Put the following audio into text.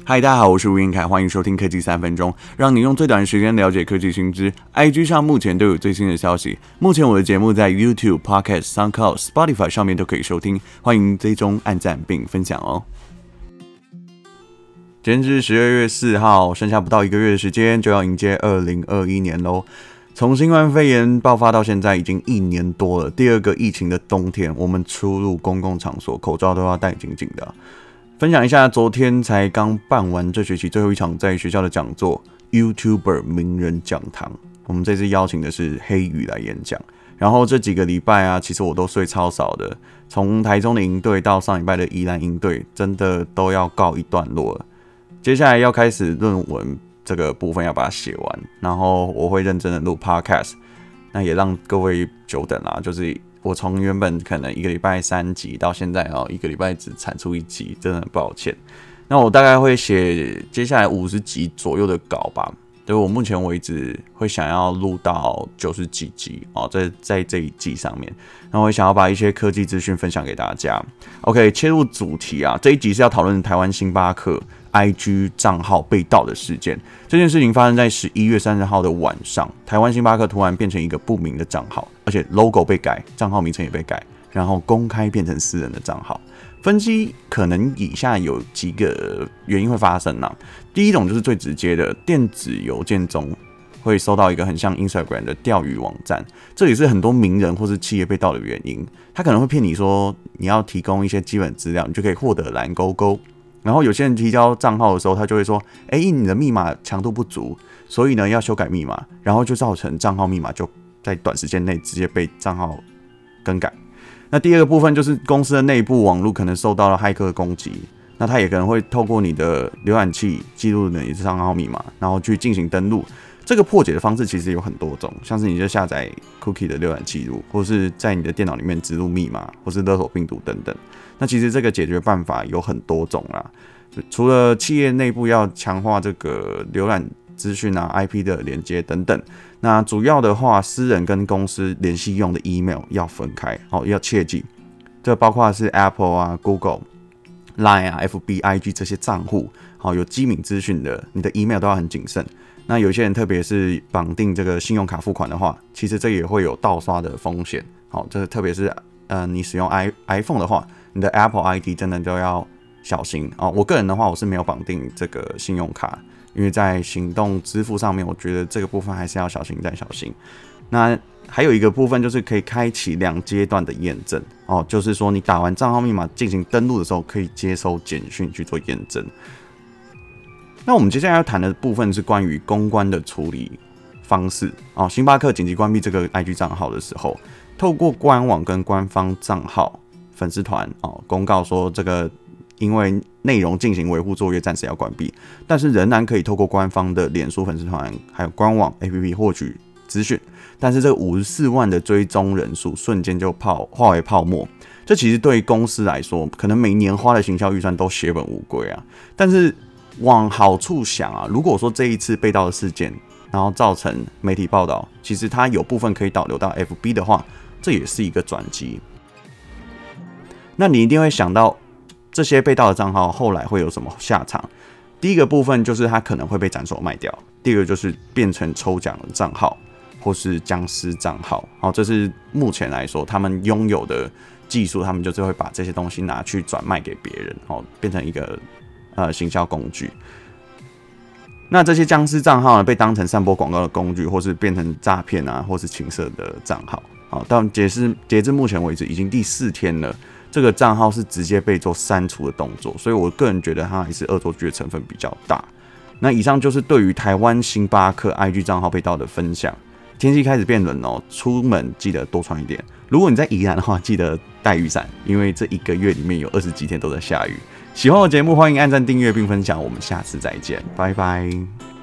嗨，大家好，我是吴彦凯，欢迎收听科技3分钟，让你用最短的时间了解科技新知。IG 上目前都有最新的消息。目前我的节目在 YouTube、Podcast、SoundCloud、Spotify 上面都可以收听，欢迎追踪、按赞并分享哦。今天是12月4号，剩下不到1个月的时间就要迎接2021年喽。从新冠肺炎爆发到现在已经1年多了，第二个疫情的冬天，我们出入公共场所口罩都要戴紧紧的。分享一下，昨天才刚办完这学期最后一场在学校的讲座 YouTuber 名人讲堂。我们这次邀请的是黑羽来演讲。然后这几个礼拜啊，其实我都睡超少的。从台中的营队到上礼拜的宜兰营队，真的都要告一段落了。接下来要开始论文这个部分要把它写完，然后我会认真的录 Podcast。那也让各位久等啦，就是我从原本可能1个礼拜3集到现在1个礼拜只产出1集，真的很抱歉。那我大概会写接下来50集左右的稿吧，对我目前为止会想要录到90几集在这一季上面，然后我想要把一些科技资讯分享给大家。OK， 切入主题啊，这一集是要讨论台湾星巴克 IG 账号被盗的事件。这件事情发生在11月30号的晚上，台湾星巴克突然变成一个不明的账号，而且 logo 被改，账号名称也被改，然后公开变成私人的账号。分析可能以下有几个原因会发生啊。第一种就是最直接的，电子邮件中会收到一个很像 Instagram 的钓鱼网站，这也是很多名人或是企业被盗的原因。他可能会骗你说你要提供一些基本资料，你就可以获得蓝勾勾。然后有些人提交账号的时候，他就会说，你的密码强度不足，所以呢要修改密码，然后就造成账号密码就在短时间内直接被账号更改。那第二个部分就是公司的内部网络可能受到了骇客的攻击，那他也可能会透过你的浏览器记录你的账号密码，然后去进行登录。这个破解的方式其实有很多种，像是你就下载 cookie 的浏览记录，或是在你的电脑里面植入密码，或是勒索病毒等等。那其实这个解决办法有很多种啦，除了企业内部要强化这个浏览资讯啊、IP 的连接等等，那主要的话，私人跟公司联系用的 email 要分开，要切记。这包括是 Apple 啊、Google、Line 啊、FB、IG 这些账户，有机敏资讯的，你的 email 都要很谨慎。那有些人特别是绑定这个信用卡付款的话，其实这也会有盗刷的风险。这特别是你使用 iPhone 的话，你的 Apple ID 真的都要小心。我个人的话，我是没有绑定这个信用卡，因为在行动支付上面，我觉得这个部分还是要小心再小心。那还有一个部分就是可以开启2阶段的验证就是说你打完账号密码进行登录的时候，可以接收简讯去做验证。那我们接下来要谈的部分是关于公关的处理方式星巴克紧急关闭这个 IG 账号的时候，透过官网跟官方账号粉丝团公告说，这个因为内容进行维护作业暂时要关闭，但是仍然可以透过官方的脸书粉丝团还有官网 APP 获取资讯。但是这个54万的追踪人数瞬间就化为泡沫，这其实对公司来说，可能每年花的行销预算都血本无归啊。但是往好处想啊，如果说这一次被盗的事件，然后造成媒体报道，其实它有部分可以导流到 FB 的话，这也是一个转机。那你一定会想到，这些被盗的账号后来会有什么下场？第一个部分就是它可能会被斩首卖掉，第二个就是变成抽奖的账号，或是僵尸账号。这是目前来说他们拥有的技术，他们就是会把这些东西拿去转卖给别人，变成一个行销工具。那这些僵尸账号呢，被当成散播广告的工具，或是变成诈骗啊，或是情色的账号。但截至目前为止，已经第4天了，这个账号是直接被做删除的动作，所以我个人觉得它还是恶作剧的成分比较大。那以上就是对于台湾星巴克 IG 账号被盗的分享。天气开始变冷出门记得多穿一点。如果你在宜兰的话，记得带雨伞，因为这1个月里面有20几天都在下雨。喜欢我节目，欢迎按赞、订阅并分享。我们下次再见，拜拜。